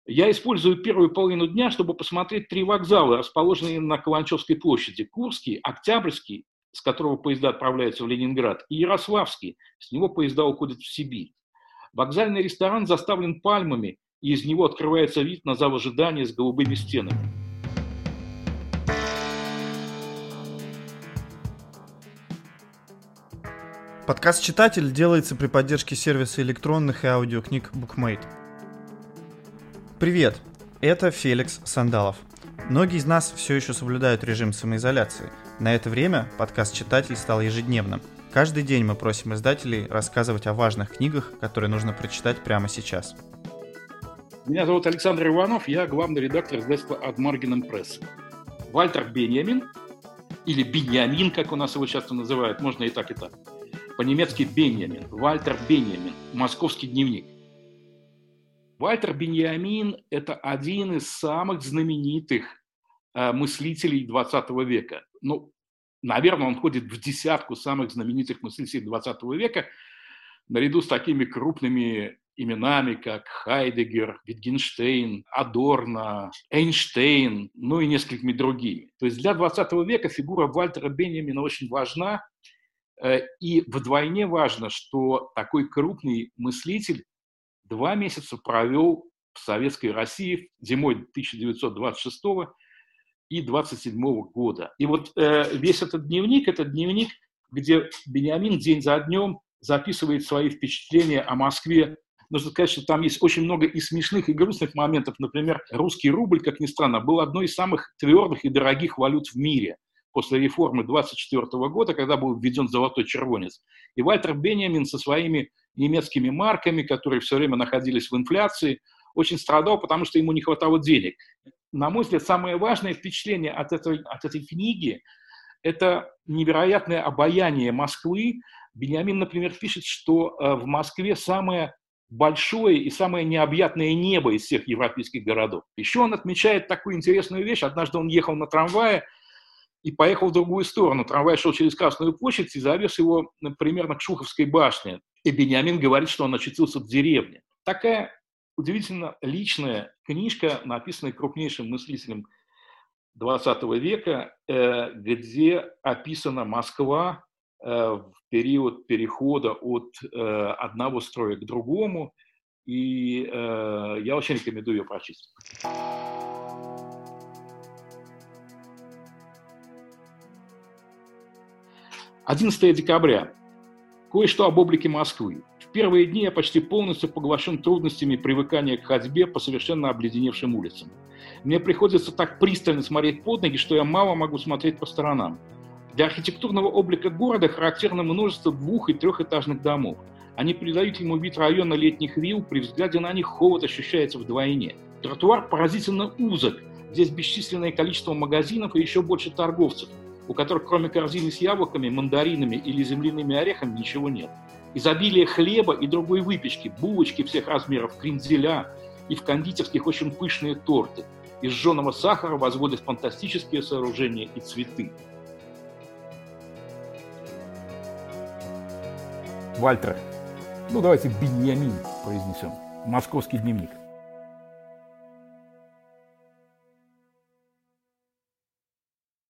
Я использую первую половину дня, чтобы посмотреть 3 вокзала, расположенные на Каланчевской площади. Курский, Октябрьский, с которого поезда отправляются в Ленинград, и Ярославский, с него поезда уходят в Сибирь. Вокзальный ресторан заставлен пальмами, и из него открывается вид на зал ожидания с голубыми стенами. Подкаст «Читатель» делается при поддержке сервиса электронных и аудиокниг BookMate. Привет, это Феликс Сандалов. Многие из нас все еще соблюдают режим самоизоляции. На это время подкаст «Читатель» стал ежедневным. Каждый день мы просим издателей рассказывать о важных книгах, которые нужно прочитать прямо сейчас. Меня зовут Александр Иванов, я главный редактор издательства «Адмаргинем Пресс». Вальтер Беньямин, или Беньямин, как у нас его часто называют, можно и так, и так. По-немецки Беньямин, Вальтер Беньямин, «Московский дневник». Вальтер Беньямин – это один из самых знаменитых мыслителей XX века. Ну, наверное, он входит в десятку самых знаменитых мыслителей XX века, наряду с такими крупными именами, как Хайдеггер, Витгенштейн, Адорно, Эйнштейн, ну и несколькими другими. То есть для XX века фигура Вальтера Беньямина очень важна. И вдвойне важно, что такой крупный мыслитель 2 месяца провел в Советской России зимой 1926 и 1927 года. И вот весь этот дневник, где Беньямин день за днем записывает свои впечатления о Москве. Нужно сказать, что там есть очень много и смешных, и грустных моментов. Например, русский рубль, как ни странно, был одной из самых твердых и дорогих валют в мире после реформы 1924 года, когда был введен золотой червонец. И Вальтер Беньямин со своими немецкими марками, которые все время находились в инфляции, очень страдал, потому что ему не хватало денег. На мой взгляд, самое важное впечатление от этой книги – это невероятное обаяние Москвы. Беньямин, например, пишет, что в Москве самое большое и самое необъятное небо из всех европейских городов. Еще он отмечает такую интересную вещь. Однажды он ехал на трамвае и поехал в другую сторону. Трамвай шел через Красную площадь и завез его примерно к Шуховской башне. И Беньямин говорит, что он очутился в деревне. Такая удивительно личная книжка, написанная крупнейшим мыслителем XX века, где описана Москва в период перехода от одного строя к другому. И я очень рекомендую ее прочесть. 11 декабря. Кое-что об облике Москвы. В первые дни я почти полностью поглощен трудностями привыкания к ходьбе по совершенно обледеневшим улицам. Мне приходится так пристально смотреть под ноги, что я мало могу смотреть по сторонам. Для архитектурного облика города характерно множество 2- и 3-этажных домов. Они придают ему вид района летних вилл, при взгляде на них холод ощущается вдвойне. Тротуар поразительно узок, здесь бесчисленное количество магазинов и еще больше торговцев, у которых кроме корзины с яблоками, мандаринами или земляными орехами ничего нет. Изобилие хлеба и другой выпечки, булочки всех размеров, кренделя и в кондитерских очень пышные торты. Из жженого сахара возводят фантастические сооружения и цветы. Вальтер, давайте Беньямин произнесем. «Московский дневник».